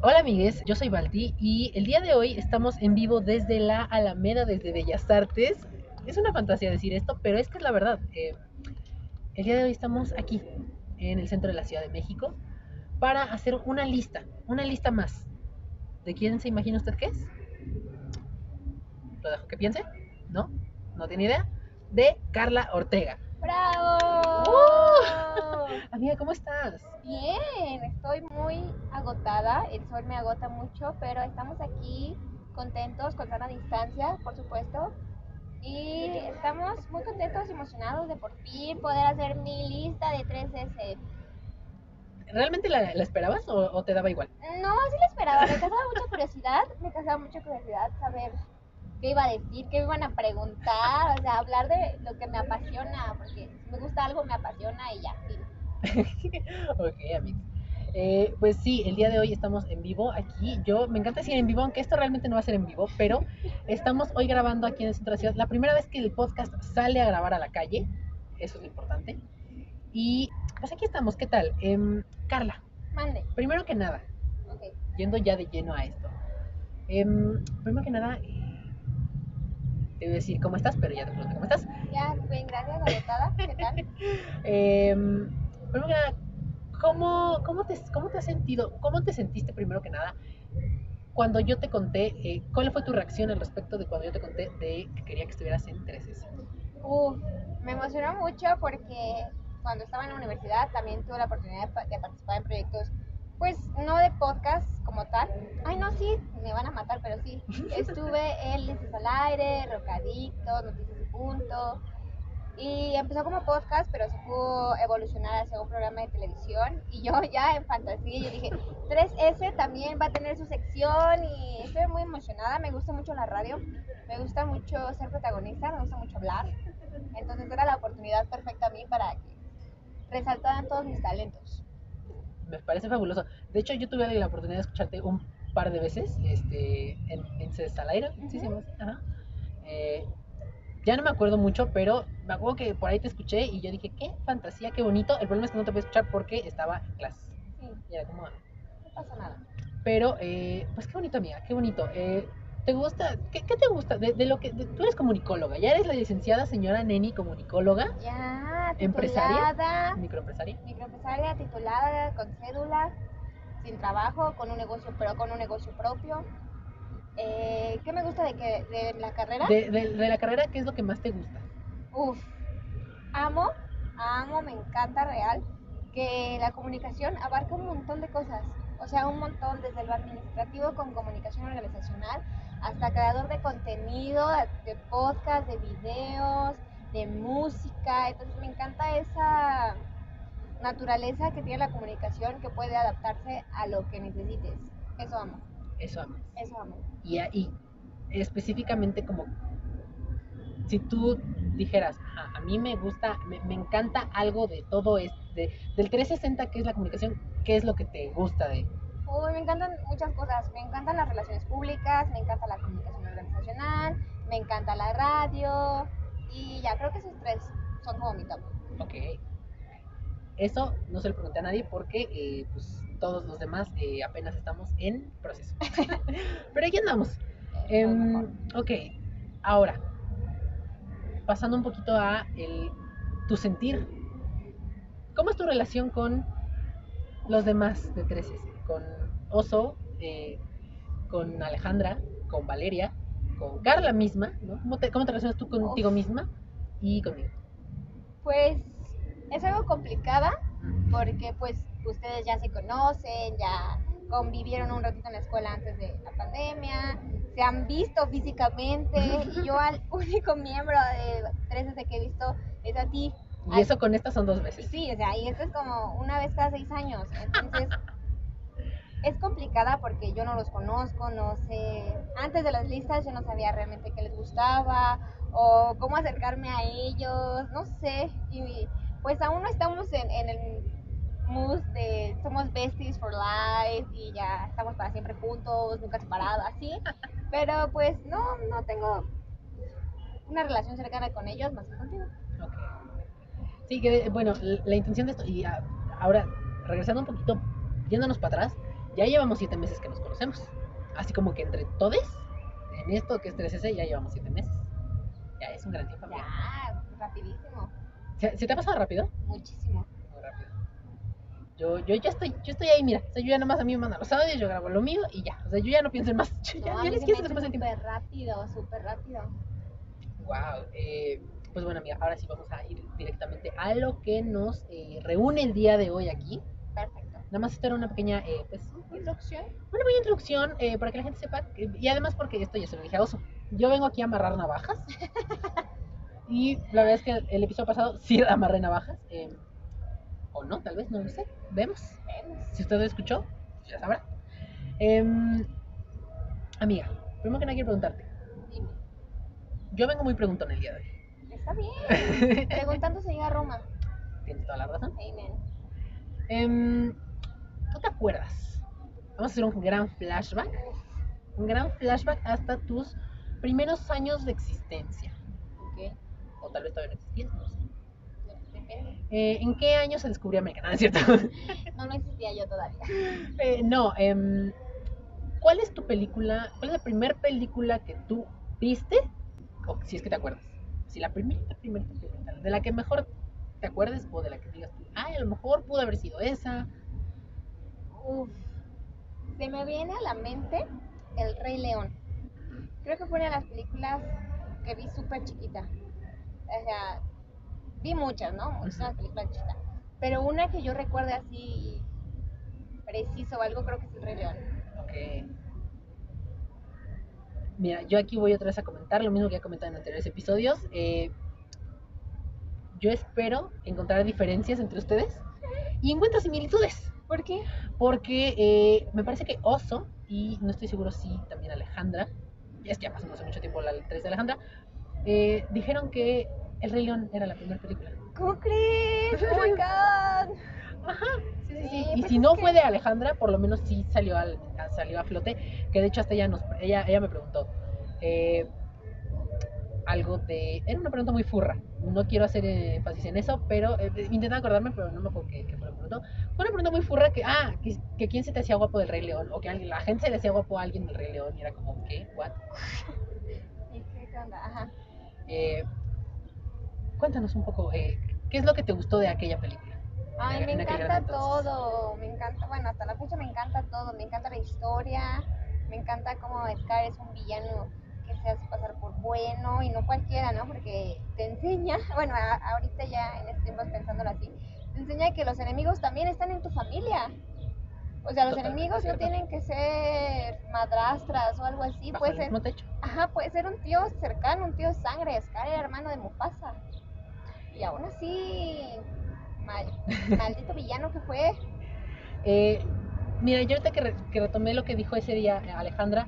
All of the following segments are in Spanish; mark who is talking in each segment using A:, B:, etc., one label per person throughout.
A: Hola amigues, yo soy Balti y el día de hoy estamos en vivo desde la Alameda, desde Bellas Artes. Es una fantasía decir esto, pero es que es la verdad. El día de hoy estamos aquí, en el centro de la Ciudad de México, para hacer una lista más. ¿De quién se imagina usted que es? Lo dejo que piense. ¿No? ¿No tiene idea? De Carla Ortega.
B: ¡Bravo!
A: Amiga, ¿cómo estás?
B: Bien, estoy muy agotada, el sol me agota mucho, pero estamos aquí contentos, con sana distancia, por supuesto, y estamos muy contentos y emocionados de por fin poder hacer mi lista de 3S.
A: ¿Realmente la esperabas o te daba igual?
B: No, así lo esperaba, me causaba mucha curiosidad saber qué iba a decir, qué me iban a preguntar, o sea, hablar de lo que me apasiona, porque si me gusta algo me apasiona y ya, fin.
A: Ok, amigos. Pues sí, el día de hoy estamos en vivo aquí. Yo me encanta decir en vivo, aunque esto realmente no va a ser en vivo, pero estamos hoy grabando aquí en el centro de la ciudad. La primera vez que el podcast sale a grabar a la calle, eso es lo importante. Y pues aquí estamos, ¿qué tal? Carla,
B: Mande.
A: primero que nada,
B: Ok.
A: yendo ya de lleno a esto. Primero que nada, te voy a decir cómo estás, pero ya te pregunto cómo estás.
B: Ya, bien, gracias, agotada. ¿Qué tal?
A: Primero que nada, ¿cómo te has sentido? ¿Cómo te sentiste primero que nada cuando yo te conté? ¿Cuál fue tu reacción al respecto de cuando yo te conté de que quería que estuvieras en 3S?
B: Uf, me emocionó mucho porque cuando estaba en la universidad también tuve la oportunidad de participar en proyectos, pues no de podcast como tal. Ay, no, sí, me van a matar, pero sí. Estuve en Listos al Aire, Rocadictos, Noticias y Punto. Y empezó como podcast, pero se pudo evolucionar hacia un programa de televisión. Y yo ya en fantasía, yo dije, 3S también va a tener su sección y estoy muy emocionada. Me gusta mucho la radio, me gusta mucho ser protagonista, me gusta mucho hablar. Entonces era la oportunidad perfecta a mí para que resaltaran todos mis talentos.
A: Me parece fabuloso. De hecho, yo tuve la oportunidad de escucharte un par de veces en Cés al Aire, ¿sí se
B: Ujú.
A: llama así? Ajá. Eh, ya no me acuerdo mucho, pero me acuerdo que por ahí te escuché y yo dije, qué fantasía, qué bonito. El problema es que no te pude escuchar porque estaba en clases.
B: Sí,
A: Y era como,
B: no pasa nada.
A: pero, pues qué bonito, amiga, qué bonito. ¿Te gusta? ¿Qué te gusta? De lo que tú eres comunicóloga, ya eres la licenciada señora Neni comunicóloga,
B: Ya,
A: empresaria,
B: titulada,
A: microempresaria.
B: microempresaria, titulada, con cédula, sin trabajo, con un negocio, pero con un negocio propio. ¿Qué me gusta de la carrera?
A: De la carrera, ¿qué es lo que más te gusta?
B: Uf, amo, amo, me encanta real que la comunicación abarca un montón de cosas. O sea, un montón, desde lo administrativo con comunicación organizacional hasta creador de contenido, de podcast, de videos, de música. Entonces me encanta esa naturaleza que tiene la comunicación que puede adaptarse a lo que necesites. Eso amo,
A: Eso amas.
B: eso amo.
A: Y específicamente como si tú dijeras, ajá, a mí me gusta, me encanta algo de todo esto, del 360 que es la comunicación, ¿qué es lo que te gusta de?
B: Uy, me encantan muchas cosas. Me encantan las relaciones públicas, me encanta la comunicación organizacional, me encanta la radio y ya creo que esos tres son como mi top.
A: Ok, eso no se lo pregunté a nadie porque pues todos los demás apenas estamos en proceso. Pero aquí andamos.
B: Eso es mejor.
A: Ok, ahora, pasando un poquito a tu sentir. ¿Cómo es tu relación con los demás de 13? Con Oso, con Alejandra, con Valeria, con Carla misma, ¿no? Cómo te relacionas tú
B: Uf,
A: contigo misma y conmigo?
B: pues es algo complicada porque pues ustedes ya se conocen, ya convivieron un ratito en la escuela antes de la pandemia, se han visto físicamente y yo al único miembro de 13 que he visto es a ti.
A: Y eso con estas son 2 veces.
B: Y sí, o sea, y esto es como una vez cada 6 años. Entonces, es complicada porque yo no los conozco, no sé. Antes de las listas yo no sabía realmente qué les gustaba o cómo acercarme a ellos, no sé. Y pues aún no estamos en el mood de somos besties for life y ya estamos para siempre juntos, nunca separados, así. Pero pues no tengo una relación cercana con ellos más que contigo.
A: Ok. Sí, que bueno, la intención de esto, y ahora regresando un poquito, yéndonos para atrás, Ya llevamos 7 meses que nos conocemos. Así como que entre todos, en esto que es 3S, ya llevamos 7 meses. Ya es un gran tiempo, amiga.
B: Ya, rapidísimo.
A: ¿Se te ha pasado rápido?
B: Muchísimo.
A: Muy rápido. Yo estoy ahí, mira. O sea, yo ya nomás a mí me mandan los audios, yo grabo lo mío y ya. O sea, yo ya no pienso en más. Yo
B: No, a
A: ya
B: mí
A: ni
B: se
A: siquiera
B: me
A: se me pasa el tiempo.
B: súper rápido, súper rápido.
A: Wow. Pues bueno, amiga, ahora sí vamos a ir directamente a lo que nos reúne el día de hoy aquí.
B: Perfecto.
A: Nada más esto era una pequeña, pues,
B: ¿Introducción?
A: una pequeña introducción para que la gente sepa. Y además porque esto ya se lo dije a Oso. Yo vengo aquí a amarrar navajas. Y la verdad es que el episodio pasado sí amarré navajas. O no, tal vez, no lo sé. Vemos. Si usted lo escuchó, ya sabrá. Amiga, primero que nada quiero preguntarte.
B: Dime.
A: Yo vengo muy preguntón el día de hoy.
B: Está bien. Preguntando se llega a Roma.
A: Tienes toda la razón.
B: Amen.
A: ¿Tú te acuerdas? Vamos a hacer un gran flashback. Un gran flashback hasta tus primeros años de existencia.
B: Ok.
A: O tal vez todavía no existías, no sé.
B: Depende.
A: ¿En qué año se descubrió América? No, es cierto.
B: No existía yo todavía.
A: No, ¿cuál es tu película? ¿Cuál es la primera película que tú viste? O si es que te acuerdas. Si la primera, de la que mejor te acuerdes o de la que digas tú, ay, a lo mejor pudo haber sido esa.
B: Uf. Se me viene a la mente El Rey León. Creo que fue una de las películas que vi súper chiquita. O sea, vi muchas, ¿no? Muchas películas chiquitas. Pero una que yo recuerde así preciso o algo, creo que es El Rey León.
A: Ok. Mira, yo aquí voy otra vez a comentar lo mismo que ya comentado en anteriores episodios. Yo espero encontrar diferencias entre ustedes y encuentro similitudes.
B: ¿Por qué?
A: Porque me parece que Oso, y no estoy seguro si también Alejandra, es que ya pasó hace mucho tiempo la 3 de Alejandra, dijeron que El Rey León era la primera película.
B: ¿Cómo crees? Oh my god.
A: Ajá, sí.
B: Sí,
A: Y
B: pues
A: si
B: es
A: no
B: que-
A: fue de Alejandra, por lo menos sí salió a flote. Que de hecho hasta ella me preguntó algo de... Era una pregunta muy furra. No quiero hacer énfasis en eso, pero intentaba acordarme, pero no me acuerdo qué fue la pregunta. Fue una pregunta muy furra que quién se te hacía guapo del Rey León. O que la gente se le hacía guapo a alguien del Rey León. Y era como, ¿qué? ¿What?
B: ¿Y qué onda? Ajá.
A: Eh, Cuéntanos un poco, ¿qué es lo que te gustó de aquella película?
B: Ay, me
A: En aquel
B: encanta
A: gran entonces.
B: todo, me encanta, bueno, hasta la fecha me encanta todo, me encanta la historia, me encanta cómo Scar es un villano que se hace pasar por bueno y no cualquiera, ¿no? Porque te enseña, bueno, ahorita ya en este tiempo pensándolo así, te enseña que los enemigos también están en tu familia. O sea, los
A: Totalmente
B: enemigos no
A: cierto.
B: tienen que ser madrastras o algo así,
A: Bajo
B: puede
A: el
B: ser,
A: mismo techo.
B: ajá, puede ser un tío cercano, un tío de sangre, Scar era hermano de Mufasa. Y aún así, maldito villano que fue.
A: Mira, yo ahorita que retomé lo que dijo ese día Alejandra,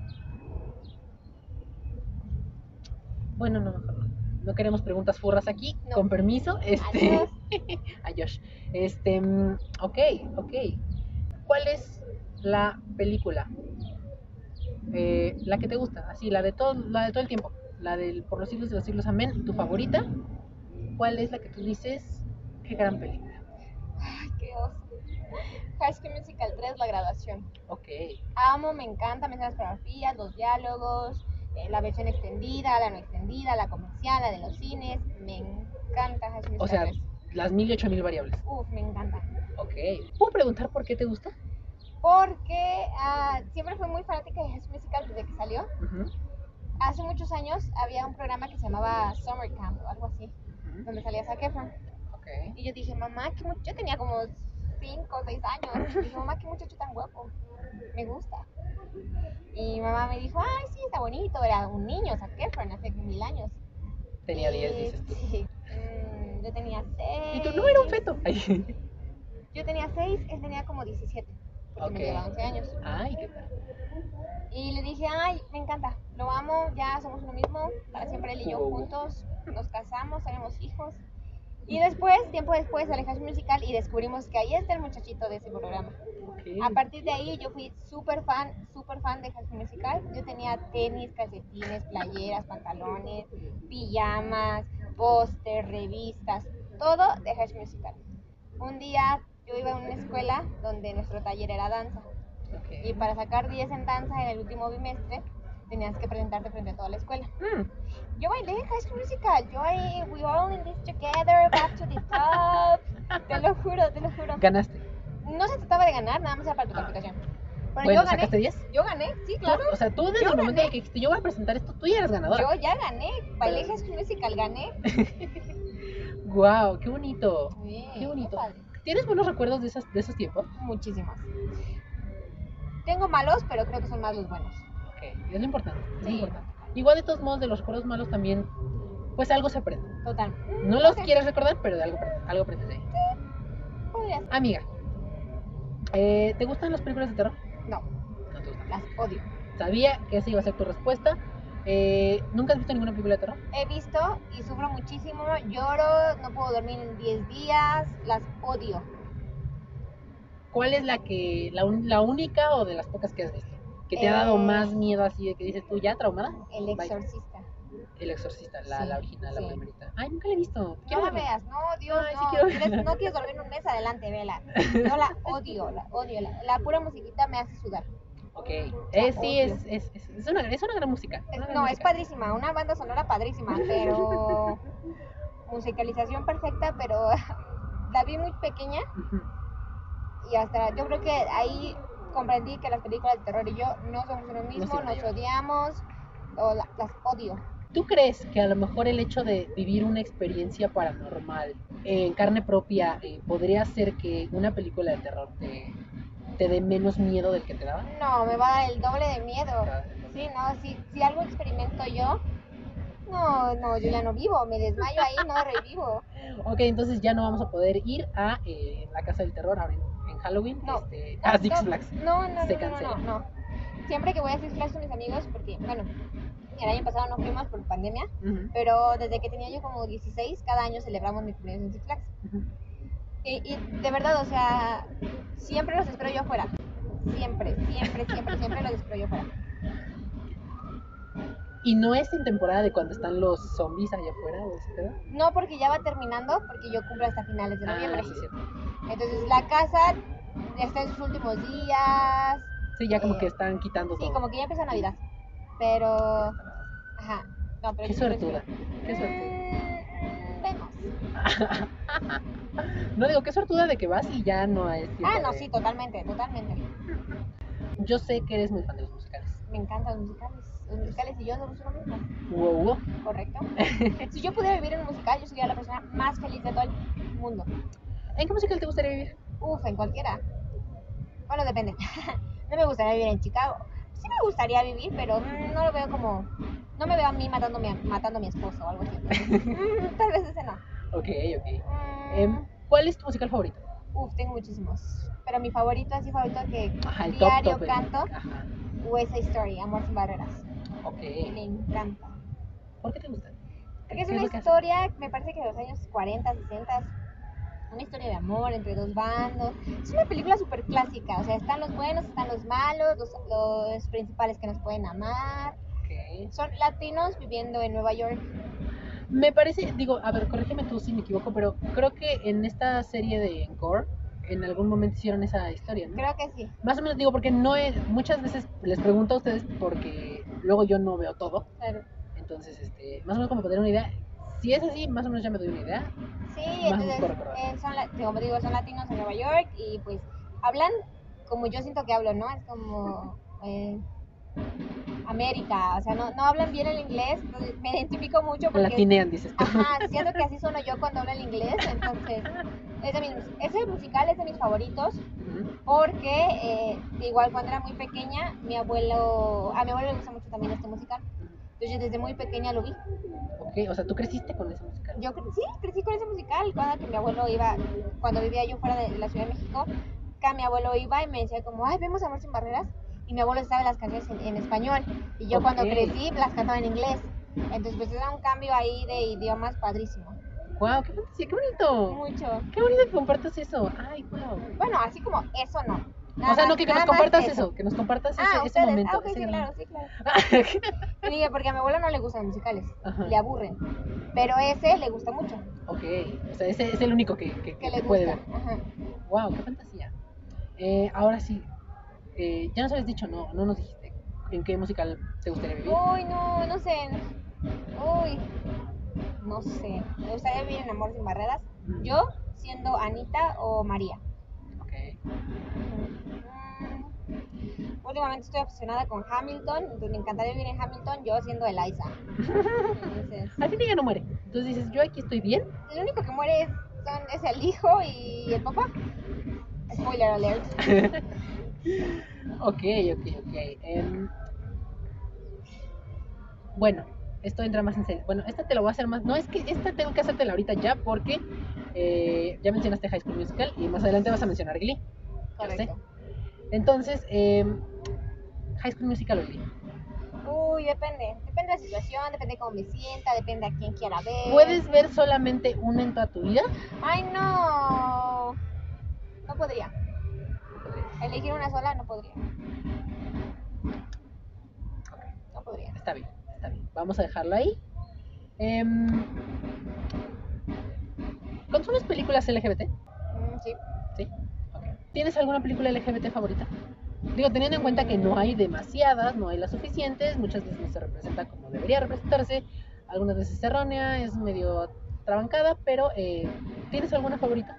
A: bueno, no, mejor no. No queremos preguntas furras aquí,
B: No.
A: con permiso.
B: Adiós.
A: A Josh. Ok. ¿Cuál es la película? La que te gusta, así, la de todo el tiempo. La del Por los siglos de los siglos, amén. ¿Tu favorita? ¿Cuál es la que tú dices? Qué gran película.
B: Ay, qué oso. High School Musical 3, la graduación.
A: Ok.
B: Amo, me encanta, me las coreografías, los diálogos, la versión extendida, la no extendida, la comercial, la de los cines. Me encanta High School
A: O
B: Musical
A: sea,
B: 3.
A: las 1008.000 variables.
B: Uf, me encanta.
A: Ok. ¿Puedo preguntar por qué te gusta?
B: Porque siempre fui muy fanática de High School Musical desde que salió.
A: Uh-huh.
B: Hace muchos años había un programa que se llamaba Summer Camp o algo así,
A: Uh-huh.
B: donde salía Zac Efron.
A: Okay.
B: Y yo dije, mamá, yo tenía como 5 o 6 años. Y dije, mamá, qué muchacho tan guapo. Me gusta. Y mi mamá me dijo, ay, sí, está bonito. Era un niño, Zac Efron, hace 1000 años.
A: Tenía 10, dices tú.
B: Sí. Yo tenía 6.
A: Y tú no era un feto. Ay.
B: Yo tenía 6, él tenía como 17. Porque me lleva 11 años.
A: Ay, qué tal.
B: Y le dije, ay, me encanta, lo amo, ya somos uno mismo, para siempre él y yo juntos, nos casamos, tenemos hijos. Y después, tiempo después, sale High School Musical y descubrimos que ahí está el muchachito de ese programa.
A: Okay.
B: A partir de ahí yo fui súper fan de High School Musical. Yo tenía tenis, calcetines, playeras, pantalones, pijamas, póster, revistas, todo de High School Musical. Un día yo iba a una escuela donde nuestro taller era danza.
A: Ok.
B: Y para sacar 10 en danza en el último bimestre, tenías que presentarte frente a toda la escuela. Yo bailé High School Musical. Yo ahí, we all in this together, back to the top. Te lo juro, te lo juro.
A: ¿Ganaste?
B: No se trataba de ganar, nada más era para tu
A: Ah.
B: calificación. Pero
A: Bueno,
B: yo gané.
A: ¿sacaste 10?
B: Yo gané, sí, claro.
A: O sea, tú desde
B: Yo
A: el momento
B: gané.
A: en que dijiste, yo voy a presentar esto, tú ya eras ganadora.
B: Yo ya gané. Bailé
A: Pero-
B: High School Musical, gané.
A: Guau, qué bonito.
B: Sí,
A: Qué bonito.
B: padre.
A: ¿Tienes buenos recuerdos de esos tiempos?
B: Muchísimos. Tengo malos, pero creo que son más los buenos.
A: Ok, es lo importante, es lo
B: Sí.
A: importante. Igual de todos modos, de los recuerdos malos también, pues algo se aprende.
B: Total.
A: No los
B: Ok,
A: quieres recordar, pero de algo aprendes de ahí.
B: podría ser.
A: Amiga, ¿te gustan las películas de terror?
B: No,
A: No te gustan.
B: las odio.
A: Sabía que esa iba a ser tu respuesta. ¿Nunca has visto ninguna película de terror?
B: He visto y sufro muchísimo, lloro, no puedo dormir en 10 días, las odio.
A: ¿Cuál es la única o de las pocas que has visto? Que te ha dado más miedo así de que dices tú, ¿ya traumada?
B: El
A: Bye.
B: Exorcista.
A: El Exorcista, la
B: Sí,
A: original,
B: sí.
A: la primerita. Ay, nunca la he visto.
B: No
A: Quiero
B: la
A: verla.
B: veas, no, Dios,
A: Ay, sí
B: no.
A: quiero
B: Si
A: verla.
B: no quieres dormir un mes, adelante, vela. Yo la odio, la odio. La pura musiquita me hace sudar.
A: Ok,
B: La
A: sí,
B: odio.
A: es una gran música. una gran
B: No, es
A: música.
B: padrísima, una banda sonora padrísima, pero musicalización perfecta, pero la vi muy pequeña
A: Ujú.
B: y hasta yo creo que ahí comprendí que las películas de terror y yo no somos uno mismo,
A: se van a
B: nos
A: llevar.
B: odiamos, o las odio.
A: ¿Tú crees que a lo mejor el hecho de vivir una experiencia paranormal en carne propia podría hacer que una película de terror te dé menos miedo del que te daba?
B: No, me va a dar el doble de miedo. Sí, no, si algo experimento yo, no, yo ya no vivo, me desmayo ahí, no revivo.
A: Ok, entonces ya no vamos a poder ir a la Casa del Terror ahora en Halloween.
B: No.
A: A Six
B: No,
A: Flags.
B: No,
A: Se cancela.
B: no. Siempre que voy a Six Flags con mis amigos, porque, bueno, el año pasado no fuimos por pandemia,
A: Ujú,
B: pero desde que tenía yo como 16, cada año celebramos mi cumpleaños en Six Flags.
A: ujú.
B: Y de verdad, o sea, siempre los espero yo afuera. Siempre los espero yo afuera.
A: ¿Y no es en temporada de cuando están los zombies allá afuera o ese pedo?
B: No, porque ya va terminando, porque yo cumplo hasta finales de noviembre.
A: Ah, sí, cierto.
B: Entonces la casa está en sus últimos días.
A: Sí, ya como que están quitando
B: Sí,
A: todo.
B: como que ya empieza Navidad. Pero, ajá. No, pero
A: Qué
B: yo sí lo
A: suertuda,
B: espero.
A: qué suertuda.
B: Vemos.
A: No digo, qué suertuda de que vas y ya no es tiempo
B: Ah, no,
A: de-
B: sí, totalmente.
A: Yo sé que eres muy fan de los musicales.
B: Me encantan los musicales. Los musicales y yo no uso lo mismo.
A: Wow.
B: ¿Correcto? Si yo pudiera vivir en un musical, yo sería la persona más feliz de todo el mundo.
A: ¿En qué musical te gustaría vivir?
B: Uf, en cualquiera. Bueno, depende. No me gustaría vivir en Chicago. Sí me gustaría vivir, pero no lo veo como... No me veo a mí matando a mi esposo o algo así. Tal vez ese no.
A: Ok.
B: Mm,
A: ¿Cuál es tu musical favorito?
B: Uf, tengo muchísimos. Pero mi favorito, así favorito que
A: Ajá, el
B: diario
A: top.
B: canto,
A: Ajá.
B: West Side Story, Amor sin barreras.
A: Ok.
B: Me encanta.
A: ¿Por qué te gusta?
B: Porque es
A: ¿Qué
B: una
A: lo que hace?
B: historia, me parece que de los años 40, 60, una historia de amor entre dos bandos. Es una película súper clásica, o sea, están los buenos, están los malos, los principales que nos pueden amar.
A: Ok.
B: Son latinos viviendo en Nueva York.
A: Me parece, digo, a ver, corrígeme tú si me equivoco, pero creo que en esta serie de Encore, en algún momento hicieron esa historia, ¿no?
B: Creo que sí.
A: Más o menos digo, porque no es, muchas veces les pregunto a ustedes porque luego yo no veo todo,
B: Claro.
A: entonces, más o menos como para tener una idea. Si es así, más o menos ya me doy una idea.
B: Sí,
A: Más
B: entonces
A: puedo recordar.
B: como digo, son latinos en Nueva York y pues hablan como yo siento que hablo, ¿no? Es como América, o sea, no hablan bien el inglés, entonces me identifico mucho porque
A: Latinean, dices tú.
B: ajá, siento que así sueno yo cuando hablo el inglés, entonces ese musical es de mis favoritos
A: Ujú.
B: porque igual cuando era muy pequeña, a mi abuelo le gusta mucho también este musical, entonces desde muy pequeña lo vi.
A: Ok, o sea, tú creciste con ese musical.
B: Sí, crecí con ese musical, cada que mi abuelo iba, cuando vivía yo fuera de la Ciudad de México, cada mi abuelo iba y me decía como, ay, vemos Amor sin barreras, y mi abuelo sabe las canciones en español, y yo cuando
A: Ok.
B: crecí las cantaba en inglés, entonces pues era un cambio ahí de idiomas padrísimo.
A: Wow, qué fantasía, qué bonito.
B: Mucho.
A: Qué bonito que compartas eso. Ay, wow.
B: Bueno, así como eso no.
A: O sea, no, que nos
B: nada más
A: compartas eso, que nos compartas ese
B: ustedes.
A: momento.
B: Ok,
A: ese
B: sí,
A: gran
B: claro.
A: momento.
B: Y dije, porque a mi abuelo no le gustan los musicales,
A: Ajá.
B: le aburren, pero ese le gusta mucho,
A: Ok, o sea, ese es el único que
B: que le
A: puede
B: gusta.
A: ver.
B: Ajá.
A: Wow, qué fantasía. Ahora sí, Ya nos habías dicho, no nos dijiste en qué musical te gustaría vivir.
B: Uy, no sé. Uy, no sé. Me gustaría vivir en Amor sin Barreras. Yo siendo Anita o María.
A: Ok.
B: Últimamente estoy obsesionada con Hamilton, entonces me encantaría vivir en Hamilton, yo siendo Eliza. Entonces,
A: Al fin ella no muere. Entonces dices, yo aquí estoy bien.
B: el único que muere es el hijo y el papá. Spoiler alert.
A: Ok. Bueno, esto entra más en serio. Bueno, esta te lo voy a hacer más. No, es que esta tengo que hacértela ahorita ya porque ya mencionaste High School Musical y más adelante vas a mencionar Glee. Yo sé.
B: Correcto.
A: Entonces, High School Musical o Glee.
B: Uy, depende de la situación, depende de cómo me sienta, depende a quién quiera ver.
A: ¿Puedes ver solamente una en toda tu vida?
B: Ay, no. No podría. Elegir una sola no podría. No podría.
A: Está bien. Vamos a dejarlo ahí. Em, ¿Consumes películas LGBT?
B: Sí.
A: ¿Sí? Ok. ¿Tienes alguna película LGBT favorita? Digo, teniendo en cuenta que no hay demasiadas, no hay las suficientes, muchas veces no se representa como debería representarse, algunas veces es errónea, es medio trabancada, pero ¿tienes alguna favorita?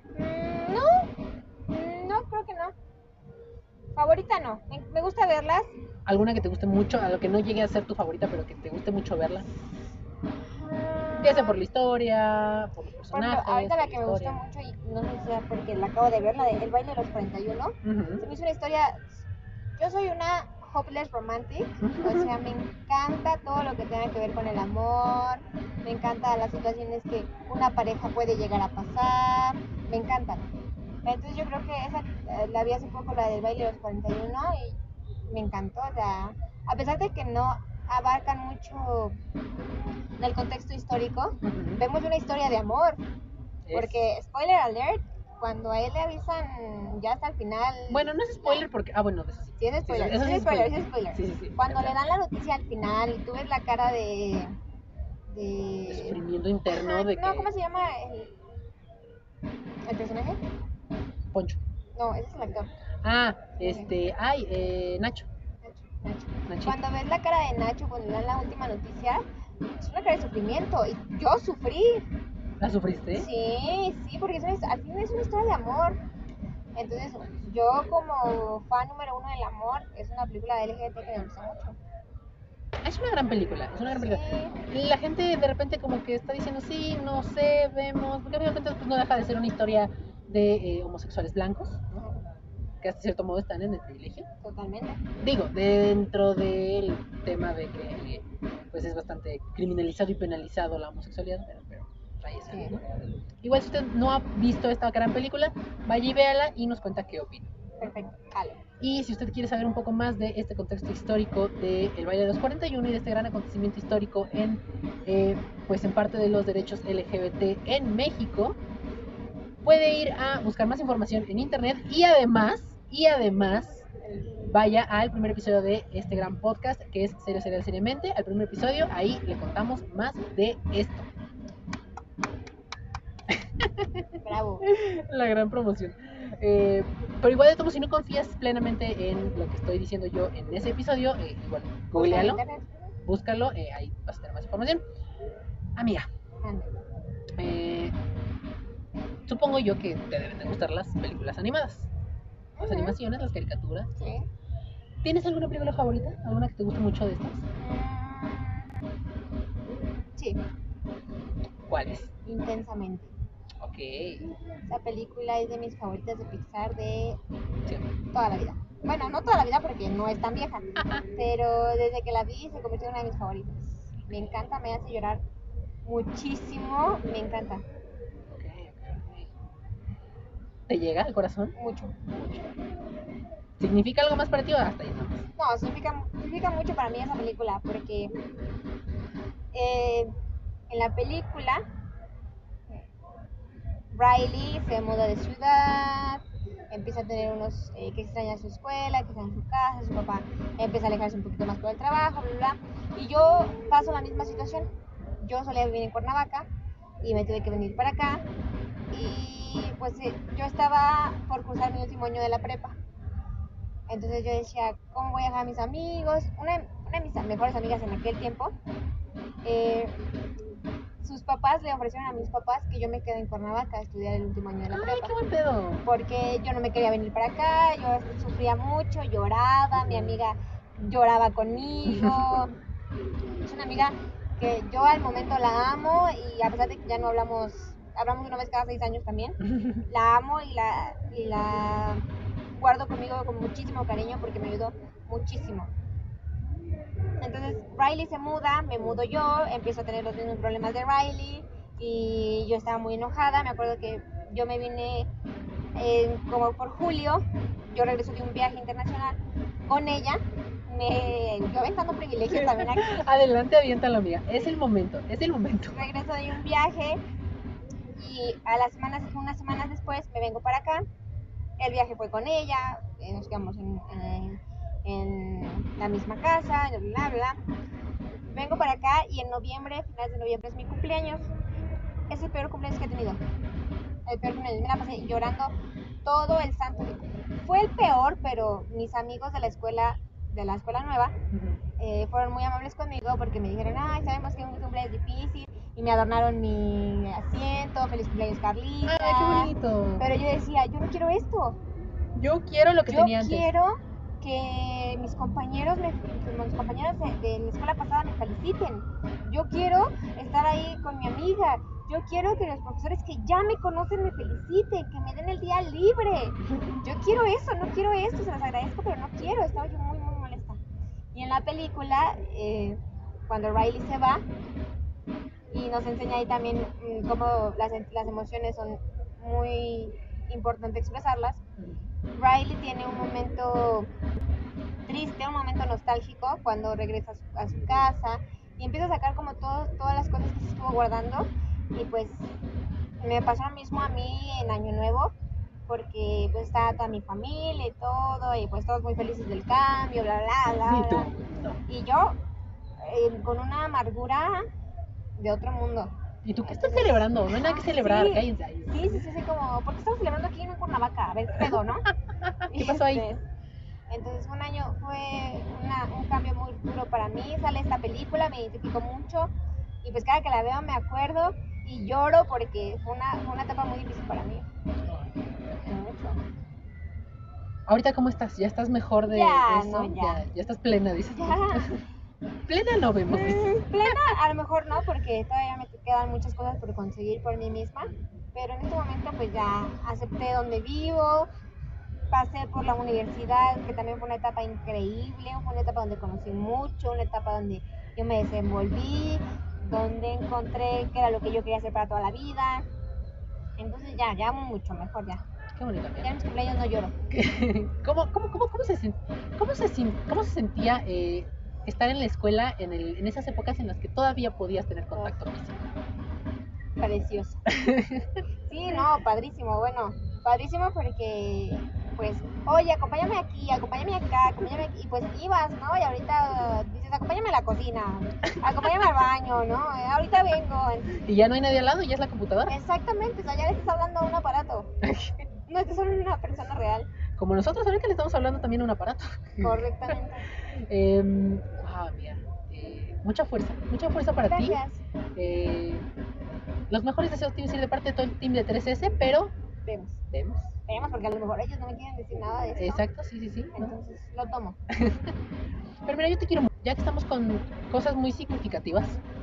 B: No, creo que no. Favorita no. Me gusta verlas.
A: ¿Alguna que te guste mucho, a lo que no llegue a ser tu favorita, pero que te guste mucho verla? Ya sea por la historia, por los
B: Por ejemplo,
A: personajes,
B: ahorita
A: por
B: la
A: la
B: que me gustó
A: historia.
B: mucho, y no sé si sea porque la acabo de ver, la de El baile de los 41,
A: Ujú.
B: se me hizo una historia. Yo soy una hopeless romantic, o sea, me encanta todo lo que tenga que ver con el amor, me encanta las situaciones que una pareja puede llegar a pasar, me encantan. Entonces yo creo que esa la vi hace poco, la del baile de los 41, y me encantó, o sea, a pesar de que no abarcan mucho del contexto histórico,
A: Ujú.
B: vemos una historia de amor,
A: Es-
B: porque, spoiler alert, cuando a él le avisan ya hasta el final.
A: Bueno, no es spoiler porque... Ah, bueno, de eso sí.
B: Sí, es spoiler,
A: Eso
B: sí
A: sí
B: es spoiler, sí es spoiler.
A: Sí.
B: Cuando
A: O sea,
B: le dan la noticia al final y tú ves la cara de.
A: de
B: de.
A: sufrimiento interno
B: Ajá,
A: de
B: no,
A: que...
B: ¿cómo se llama el personaje?
A: Poncho.
B: No, ese es el actor.
A: Nacho.
B: Nacho.
A: Nachito.
B: Cuando ves la cara de Nacho cuando le dan la última noticia, es una cara de sufrimiento. Y yo sufrí.
A: ¿La sufriste?
B: Sí, porque al fin es una historia de amor. Entonces, yo como fan número uno del amor, es una película de LGBT que me gusta mucho.
A: Es una gran película, es una gran película.
B: Sí,
A: La gente de repente como que está diciendo, sí, no sé, vemos, porque obviamente pues, no deja de ser una historia de homosexuales blancos, ¿no? Que hasta cierto modo están en el privilegio.
B: totalmente.
A: Digo, dentro del tema de que pues es bastante criminalizado y penalizado la homosexualidad, pero ahí está,
B: Sí.
A: ¿no? Igual si usted no ha visto esta gran película, vaya y véala y nos cuenta qué opina.
B: Perfecto, jalo.
A: Y si usted quiere saber un poco más de este contexto histórico del baile de los 41 y de este gran acontecimiento histórico pues en parte de los derechos LGBT en México, puede ir a buscar más información en internet y además, vaya al primer episodio de este gran podcast que es Serio Serial Seriamente. Al primer episodio, ahí le contamos más de esto.
B: Bravo.
A: La gran promoción. Pero igual de todo, si no confías plenamente en lo que estoy diciendo yo en ese episodio, igual, googlealo, búscalo, ahí vas a tener más información. Amiga, supongo yo que te deben de gustar las películas animadas, las animaciones, las caricaturas.
B: Sí.
A: ¿Tienes alguna película favorita? ¿Alguna que te guste mucho de estas?
B: Sí,
A: ¿Cuáles?
B: Intensamente.
A: Ok.
B: Esa película es de mis favoritas de Pixar de
A: Sí.
B: toda la vida. Bueno, no toda la vida porque no es tan vieja, pero desde que la vi se convirtió en una de mis favoritas. Me encanta, me hace llorar muchísimo, me encanta.
A: Ok. ¿Te llega al corazón?
B: Mucho.
A: ¿Significa algo más para ti o hasta ahí nomás?
B: No, significa mucho para mí esa película porque en la película Riley se muda de ciudad, empieza a tener unos que extraña su escuela, que extraña su casa, su papá empieza a alejarse un poquito más por el trabajo, bla, bla, bla. Y yo paso la misma situación. Yo solía vivir en Cuernavaca y me tuve que venir para acá. Y pues yo estaba por cursar mi último año de la prepa. Entonces yo decía, ¿cómo voy a dejar a mis amigos? Una de mis mejores amigas en aquel tiempo, eh, sus papás le ofrecieron a mis papás que yo me quede en Cuernavaca a estudiar el último año de la
A: Ay,
B: prepa.
A: qué buen pedo.
B: Porque yo no me quería venir para acá, yo sufría mucho, lloraba, mi amiga lloraba conmigo. Es una amiga que yo al momento la amo y a pesar de que ya no hablamos una vez cada 6 años también, la amo y la guardo conmigo con muchísimo cariño porque me ayudó muchísimo. Entonces Riley se muda, me mudo yo, empiezo a tener los mismos problemas de Riley y yo estaba muy enojada. Me acuerdo que yo me vine como por julio, yo regreso de un viaje internacional con ella. Yo aventando privilegios también aquí.
A: Adelante, aviéntalo, amiga. Es el momento, es el momento.
B: Regreso de un viaje y unas semanas después me vengo para acá. El viaje fue con ella, nos quedamos en la misma casa, bla, bla, bla. Vengo para acá y en noviembre, finales de noviembre es mi cumpleaños. Es el peor cumpleaños que he tenido. El peor cumpleaños. Me la pasé llorando todo el santo día. Fue el peor, pero mis amigos de la escuela nueva, fueron muy amables conmigo porque me dijeron, ay, sabemos que un cumpleaños es difícil, y me adornaron mi asiento, feliz cumpleaños Carlita.
A: Ay, qué bonito.
B: Pero yo decía, yo no quiero esto.
A: Yo quiero lo que tenía antes.
B: Yo quiero que mis compañeros de la escuela pasada me feliciten. Yo quiero estar ahí con mi amiga. Yo quiero que los profesores que ya me conocen me feliciten, que me den el día libre. Yo quiero eso, no quiero esto, se los agradezco, pero no quiero. Estaba yo muy, muy molesta. Y en la película, cuando Riley se va, y nos enseña ahí también cómo las emociones son muy importantes expresarlas. Riley tiene un momento triste, un momento nostálgico cuando regresa a su casa y empieza a sacar como todas las cosas que se estuvo guardando. Y pues me pasó lo mismo a mí en Año Nuevo, porque pues estaba toda mi familia y todo, y pues todos muy felices del cambio, bla, bla, bla, bla.
A: Y tú, no.
B: Y yo con una amargura de otro mundo.
A: ¿Y tú qué estás celebrando? No hay nada que celebrar,
B: sí,
A: cállense ahí.
B: sí, como, ¿por qué estamos celebrando aquí en Cuernavaca? A ver, ¿qué pedo, no?
A: ¿Qué pasó ahí?
B: Entonces fue un cambio muy duro para mí. Sale esta película, me identifico mucho y pues cada que la veo me acuerdo y lloro porque fue una etapa muy difícil para mí. Mucho.
A: ¿Ahorita cómo estás? ¿Ya estás mejor de
B: Ya,
A: eso?
B: no, ya.
A: Ya estás plena, dices.
B: Ya.
A: Plena no vemos, dices.
B: Plena a lo mejor no, porque todavía me quedan muchas cosas por conseguir por mí misma, pero en este momento pues ya acepté donde vivo, pasé por la universidad, que también fue una etapa increíble, fue una etapa donde conocí mucho, una etapa donde yo me desenvolví, donde encontré que era lo que yo quería hacer para toda la vida. Entonces ya mucho mejor ya.
A: Qué bonito.
B: Ya en mis cumpleaños no lloro.
A: ¿Cómo se sentía estar en la escuela en esas épocas en las que todavía podías tener contacto físico?
B: Precioso. Sí, no, padrísimo. Bueno, padrísimo porque, pues, oye, acompáñame aquí, acompáñame acá, acompáñame aquí. Y pues ibas, ¿no? Y ahorita dices, acompáñame a la cocina, acompáñame al baño, ¿no? Ahorita vengo.
A: Y ya no hay nadie al lado, ya es la computadora.
B: Exactamente, o sea, ya le estás hablando a un aparato. No estás hablando a una persona real.
A: Como nosotros ahorita le estamos hablando también a un aparato.
B: Correctamente.
A: Mira, mucha fuerza para
B: Gracias.
A: ti. Los mejores deseos te iba a decir de parte de todo el team de 3S, pero
B: Vemos, porque a lo mejor ellos no me quieren decir nada de esto.
A: Exacto, sí, ¿no?
B: Entonces lo tomo.
A: Pero mira, yo te quiero mucho, ya que estamos con cosas muy significativas.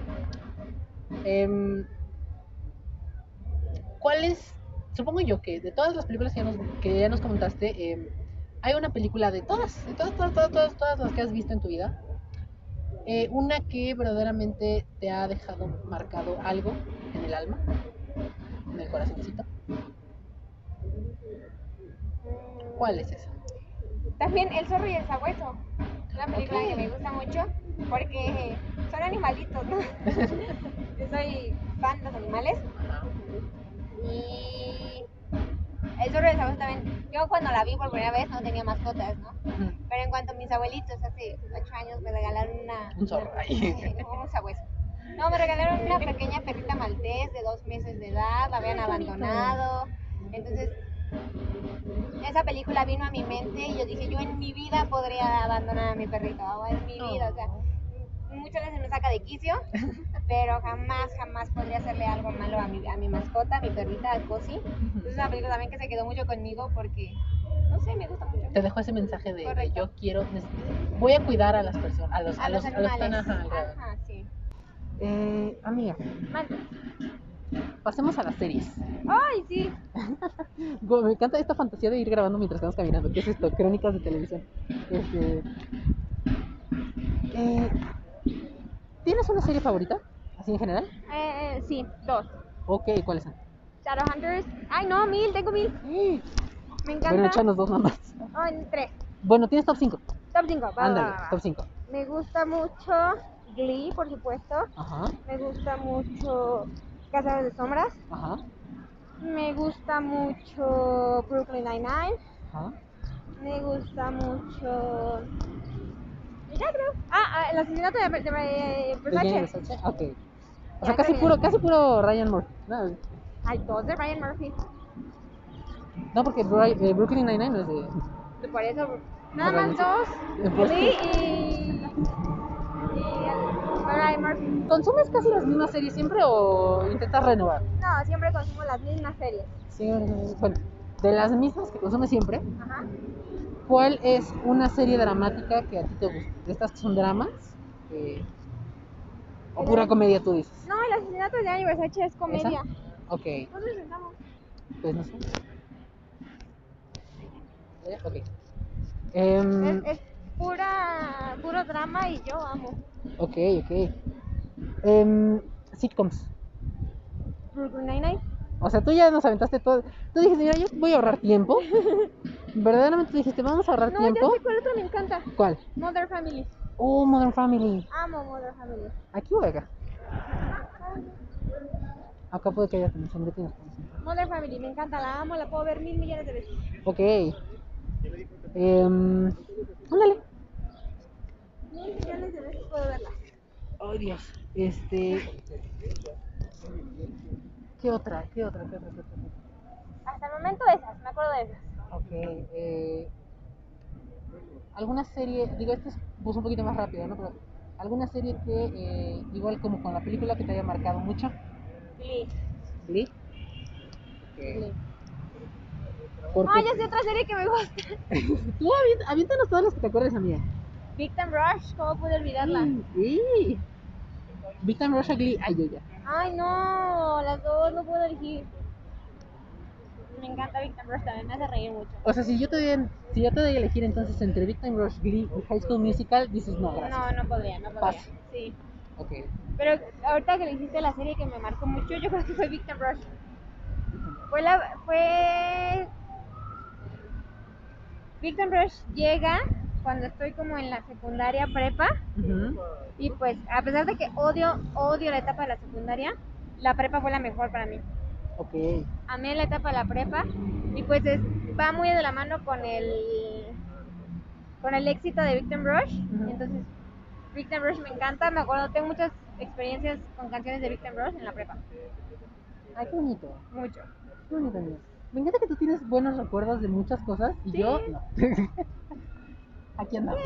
A: ¿Cuál es? Supongo yo que de todas las películas que ya nos comentaste, hay una película de todas las que has visto en tu vida, una que verdaderamente te ha dejado marcado algo en el alma, en el corazoncito. ¿Cuál es esa?
B: También El zorro y el sabueso. Una película que me gusta mucho porque son animalitos, ¿no? Yo soy fan de los animales. Y El zorro y el sabueso también. Yo cuando la vi por primera vez no tenía mascotas, ¿no? Pero en cuanto mis abuelitos hace 8 años me regalaron
A: un zorro ahí.
B: un sabueso. No, me regalaron una pequeña perrita maltés de 2 meses de edad, la habían abandonado. Entonces esa película vino a mi mente y yo dije, yo en mi vida podría abandonar a mi perrito, o en mi vida, o sea, muchas veces me saca de quicio, pero jamás podría hacerle algo malo a mi mascota, a mi perrita, a Cosi. Es una película también que se quedó mucho conmigo porque, no sé, me gusta mucho.
A: Te dejó ese mensaje de
B: Correcto.
A: yo quiero, voy a cuidar a las personas, a los
B: A los
A: que están
B: animales.
A: alrededor.
B: Ajá, sí.
A: Amiga,
B: Mande.
A: pasemos a las series.
B: Ay, sí.
A: Me encanta esta fantasía de ir grabando mientras estamos caminando. ¿Qué es esto? Crónicas de televisión. Eh, ¿Tienes una serie favorita? Así en general.
B: Sí, 2.
A: Ok, ¿cuáles son?
B: Shadowhunters. Ay, no, 1000, tengo 1000. Me
A: Bueno,
B: encanta.
A: échanos dos nomás.
B: Ay, 3.
A: Bueno, tienes top 5.
B: Top 5.
A: Ándale, top 5.
B: Me gusta mucho Glee, por supuesto.
A: Ajá,
B: Me gusta mucho Casa de Sombras.
A: ajá,
B: Me gusta mucho Brooklyn Nine-Nine.
A: ajá.
B: Me gusta mucho. Y ya creo. El asesinato de
A: ¿De Jenny
B: Versace.
A: Versace? Ok. O
B: Ya,
A: sea,
B: creo
A: casi puro Ryan Murphy. No,
B: Hay 2 de Ryan Murphy.
A: no, porque Brooklyn Nine-Nine no es de...
B: Por eso, nada
A: Ryan
B: más 2.
A: Pues,
B: Glee y Ryan Murphy.
A: ¿consumes casi las mismas series siempre o intentas renovar?
B: No, siempre consumo las mismas series.
A: Sí, bueno, de las mismas que consumes siempre,
B: Ajá.
A: ¿cuál es una serie dramática que a ti te gusta? ¿De estas que son dramas? ¿O pura comedia tú dices?
B: No, el asesinato de Gianni Versace es comedia.
A: ¿Esa? Ok,
B: ¿Dónde nos sentamos?
A: pues no sé. Ok.
B: Es puro drama y yo amo.
A: Ok. Sitcoms.
B: Brooklyn Nine-Nine.
A: O sea, tú ya nos aventaste todo. Tú dijiste, mira, yo voy a ahorrar tiempo. Verdaderamente tú dijiste, vamos a ahorrar
B: No,
A: tiempo.
B: ya sé cuál otra me encanta.
A: ¿Cuál?
B: Modern Family.
A: Oh, Modern Family.
B: Amo Modern Family.
A: ¿Aquí o acá? Acá puede que haya atención de ti.
B: Modern Family, me encanta, la amo, la puedo ver 1000 millones de veces.
A: Ok. Ándale.
B: 1000 millones de veces puedo verla.
A: Ay, Dios. ¿Qué otra?
B: Hasta el momento esas, me acuerdo de esas.
A: Ok. ¿Alguna serie? Digo, esto es pues, un poquito más rápido, ¿no? Pero ¿alguna serie que, igual como con la película que te haya marcado mucho?
B: Glee.
A: ¿Glee?
B: Glee.
A: Porque
B: Ya sé otra serie que me gusta.
A: tú aviéntanos todas las que te acuerdes, amiga.
B: Big Time Rush, ¿cómo pude olvidarla?
A: Sí. Big Time Rush o Glee. Ay, yo ya.
B: Ay, no, las dos no puedo elegir. Me encanta Big Time Rush, también me hace reír mucho.
A: O sea, si yo te doy a elegir entonces entre Big Time Rush, Glee y High School Musical, dices no, gracias.
B: No podría.
A: Paso.
B: Sí.
A: Ok.
B: Pero ahorita que le hiciste la serie que me marcó mucho, yo creo que fue Big Time Rush. Big Time Rush llega cuando estoy como en la secundaria prepa.
A: Uh-huh.
B: Y pues, a pesar de que odio la etapa de la secundaria, la prepa fue la mejor para mí.
A: Ok.
B: Amé la etapa de la prepa y pues va muy de la mano con el éxito de Big Time Rush.
A: Uh-huh.
B: Entonces, Big Time Rush me encanta, me acuerdo, tengo muchas experiencias con canciones de Big Time Rush en la prepa.
A: Ay, qué bonito.
B: Mucho.
A: Qué bonito, amiga. Me encanta que tú tienes buenos recuerdos de muchas cosas y
B: Sí.
A: yo no. Aquí andamos.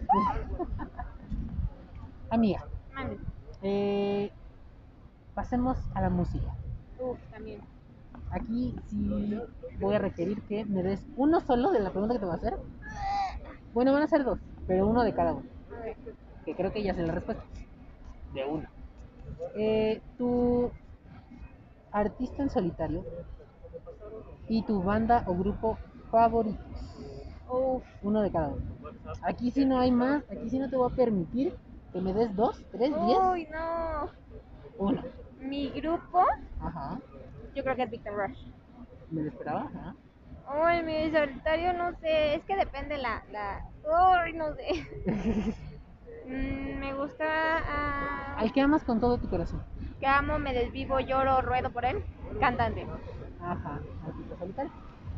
A: Amiga,
B: Mande.
A: pasemos a la música.
B: También.
A: Aquí sí voy a requerir que me des uno solo de la pregunta que te voy a hacer. Bueno, van a ser dos, pero uno de cada uno.
B: A ver.
A: Que creo que ya sé la respuesta. De uno. Tu artista en solitario y tu banda o grupo favoritos. Uno de cada uno. Aquí sí no hay más, aquí sí no te voy a permitir que me des 2, 3, 10.
B: Uy, no.
A: Uno.
B: Mi grupo,
A: Ajá.
B: yo creo que es Big Time Rush.
A: Me lo esperaba, ajá.
B: Uy, mi solitario, no sé, es que depende Uy, no sé. Me gusta...
A: Al que amas con todo tu corazón.
B: que amo, me desvivo, lloro, ruedo por él. Cantante.
A: Ajá. Artista solitario.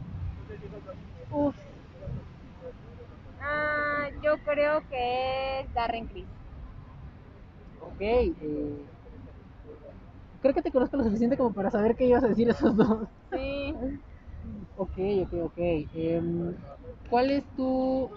B: Yo creo que es Darren Criss.
A: Ok. Creo que te conozco lo suficiente como para saber que ibas a decir esos dos.
B: Sí.
A: Ok. ¿Cuál es tu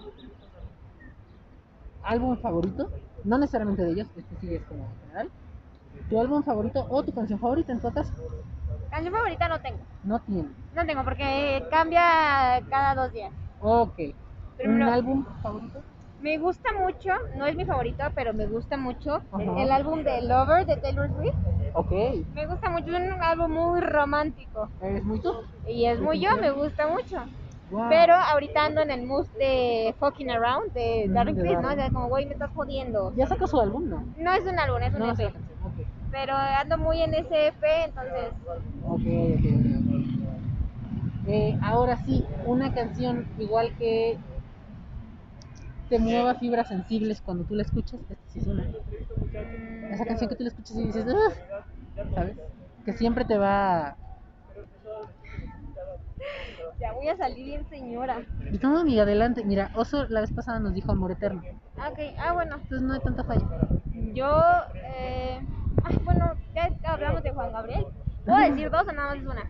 A: álbum favorito? No necesariamente de ellos, este sí es como general. ¿Tu álbum favorito o tu canción favorita en tu caso?
B: Canción favorita no tengo.
A: No tiene.
B: No tengo porque cambia cada 2 días.
A: Ok. ¿Un
B: Primero,
A: álbum favorito?
B: me gusta mucho, no es mi favorito, pero me gusta mucho
A: Ajá.
B: el álbum de Lover de Taylor Swift.
A: Ok.
B: Me gusta mucho, es un álbum muy romántico.
A: ¿Es muy tú?
B: Y es muy yo, me gusta mucho.
A: Wow.
B: Pero ahorita ando en el mood de Fucking Around de Darren
A: de
B: Criss, ¿no? O
A: Darren.
B: sea, como, güey, me estás jodiendo.
A: Ya sacó su álbum, ¿no?
B: No es un álbum, es un
A: No, no es la
B: EP.
A: canción. Ok.
B: Pero ando muy en ese EP, entonces.
A: Ok. Ahora sí, una canción igual que te mueva fibras sensibles cuando tú la escuchas. Esta sí es una. Esa canción que tú la escuchas y dices, "Ugh", ¿sabes? Que siempre te va.
B: Ya voy a salir bien, señora.
A: Y no, amiga, adelante. Mira, Oso la vez pasada nos dijo amor eterno.
B: Ok, bueno.
A: Entonces no hay tanta falla.
B: Yo, bueno, ya hablamos de Juan Gabriel. ¿Puedo decir dos o nada más es una?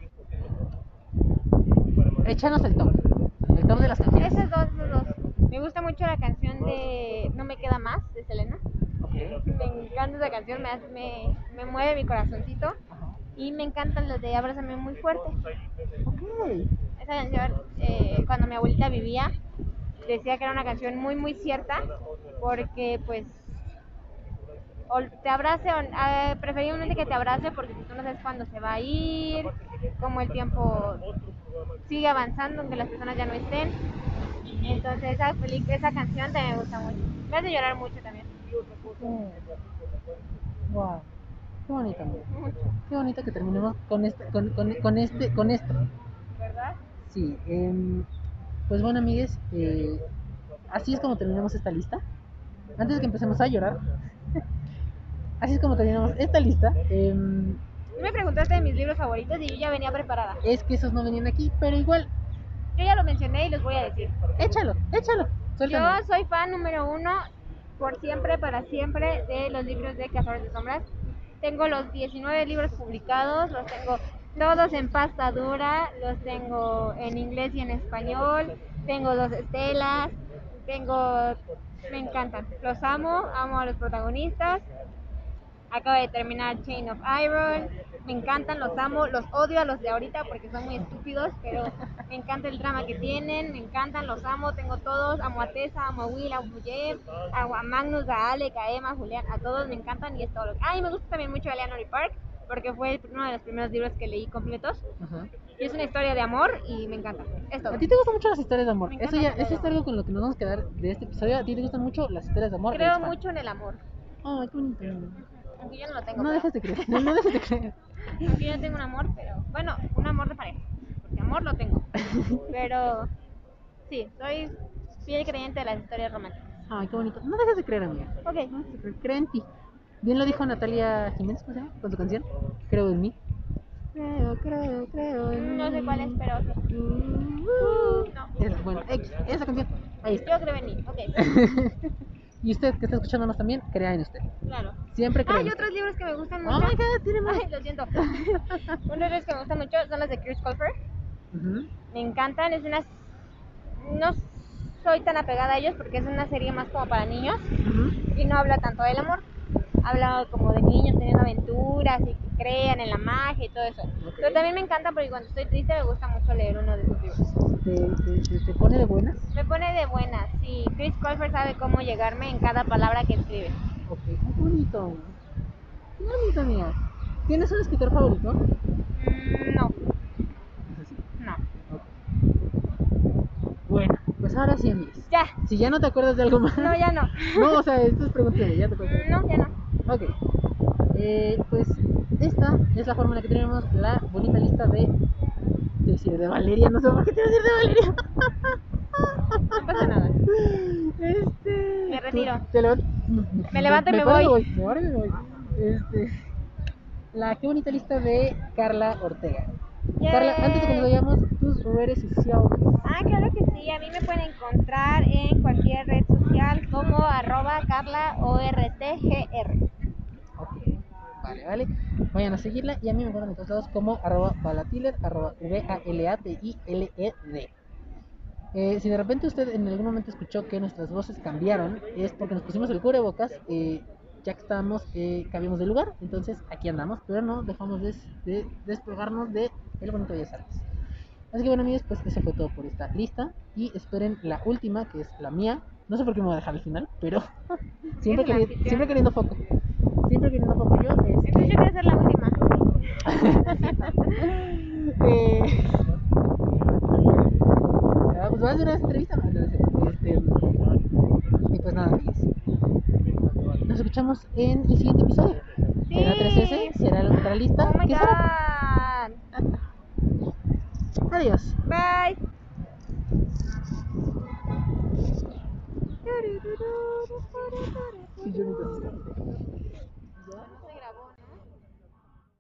A: Échanos el top. El top de las canciones.
B: Esas dos. Me gusta mucho la canción de No me queda más, de Selena.
A: Ok.
B: Me encanta esa canción, me mueve mi corazoncito.
A: Ajá.
B: Y me encantan los de Abrázame muy fuerte.
A: Ok.
B: Esa canción, cuando mi abuelita vivía, decía que era una canción muy, muy cierta, porque pues o te abrace, preferiblemente que te abrace, porque tú no sabes cuándo se va a ir, cómo el tiempo sigue avanzando, aunque las personas ya no estén. Entonces esa canción también me gusta mucho. Me hace llorar mucho también.
A: Wow. Qué bonito, amigo.
B: Mucho.
A: Qué bonito que terminemos con esto.
B: ¿Verdad?
A: Sí. Pues bueno, amigues, así es como terminamos esta lista. Antes de que empecemos a llorar, así es como terminamos esta lista.
B: Me preguntaste de mis libros favoritos y yo ya venía preparada.
A: Es que esos no venían aquí, pero igual,
B: Yo ya lo mencioné y los voy a decir.
A: échalo. Suéltalo.
B: Yo soy fan número 1, por siempre, para siempre, de los libros de Cazadores de Sombras. Tengo los 19 libros publicados, los tengo todos en pasta dura, los tengo en inglés y en español, tengo 2 estelas, me encantan, los amo a los protagonistas. Acabo de terminar Chain of Iron, me encantan, los amo, los odio a los de ahorita porque son muy estúpidos, pero me encanta el drama que tienen, me encantan, los amo, tengo todos, amo a Tessa, amo a Will, a William, a Magnus, a Alec, a Emma, a Julián, a todos me encantan y es todo. Y me gusta también mucho Eleanor y Park, porque fue uno de los primeros libros que leí completos.
A: Ajá.
B: Y es una historia de amor y me encanta. Es todo.
A: ¿A ti te gustan mucho las historias de amor?
B: Me
A: Eso
B: encanta
A: es
B: todo.
A: algo con lo que nos vamos a quedar de este episodio. ¿A ti te gustan mucho las historias de amor?
B: Creo
A: Eres fan.
B: mucho en el amor.
A: Ay, qué bonito.
B: Aunque yo no lo tengo.
A: No
B: pero-
A: dejes de creer. No dejes de creer.
B: Aunque yo no tengo un amor, pero bueno, un amor de pareja. Porque amor lo tengo. Pero sí, soy fiel creyente de las historias románticas.
A: Ay, qué bonito. No dejes de creer, amiga.
B: Ok.
A: No dejes de creer. Cree en ti. Bien lo dijo Natalia Jiménez, ¿cómo se llama? Con su canción. Creo en mí. Creo en
B: No sé
A: mí.
B: cuál es, pero sí. No.
A: Bueno, esa canción. Ahí está.
B: Yo creo en mí. Ok.
A: Y usted que está escuchándonos también, crea en usted.
B: Claro.
A: Siempre crea
B: Hay
A: en usted.
B: otros libros que me gustan
A: Oh
B: mucho.
A: my god, tiene más.
B: Ay, lo siento. Unos libros que me gustan mucho son los de Chris Colfer.
A: Ujú.
B: Me encantan. No soy tan apegada a ellos porque es una serie más como para niños
A: Ujú.
B: y no habla tanto del amor. Habla como de niños teniendo aventuras y que crean en la magia y todo eso.
A: Ok.
B: Pero también me encanta porque cuando estoy triste me gusta mucho leer uno de sus libros.
A: ¿Te pone de buenas?
B: Me pone de buenas. Sí, Chris Colfer sabe cómo llegarme en cada palabra que escribe.
A: Ok, qué bonito. Qué bonito, mía. ¿Tienes un escritor favorito?
B: No,
A: Eso sí.
B: no.
A: Ok. Bueno, pues ahora sí, amigos.
B: Ya.
A: Si ya no te acuerdas de algo más.
B: No, ya no.
A: No, o sea, esto es pregunta seria, ya te acuerdas.
B: No, ya no.
A: Ok. Pues esta es la forma en la que tenemos la bonita lista de Valeria, no sé por qué te iba a decir de Valeria.
B: No pasa nada. Me retiro. Me levanto y me
A: paro
B: voy.
A: Me paro y me voy. La qué bonita lista de Carla Ortega.
B: Yay.
A: Carla, antes de que nos vayamos, tus redes sociales.
B: Claro que sí. A mí me pueden encontrar en cualquier red social como @CarlaORTGR.
A: Ok, vale. Vayan a seguirla y a mí me encuentran en todos lados como @valatiller, @VALATILLED. Si de repente usted en algún momento escuchó que nuestras voces cambiaron, es porque nos pusimos el cubrebocas, ya que estábamos, cambiamos de lugar, entonces aquí andamos, pero no dejamos de despegarnos de el bonito Bellas Artes. Así que bueno amigos, pues eso fue todo por esta lista y esperen la última, que es la mía. No sé por qué me voy a dejar al final, pero siempre, siempre queriendo foco. Siempre queriendo foco yo.
B: Entonces yo quiero ser la última.
A: Pues va a ser una entrevista. Y pues nada, amigos. Nos escuchamos en el siguiente episodio.
B: Sí.
A: ¿Será 3S? ¿Será la otra lista?
B: Oh my
A: ¿Qué
B: God.
A: será? Adiós.
B: Bye.
A: Sí, yo nunca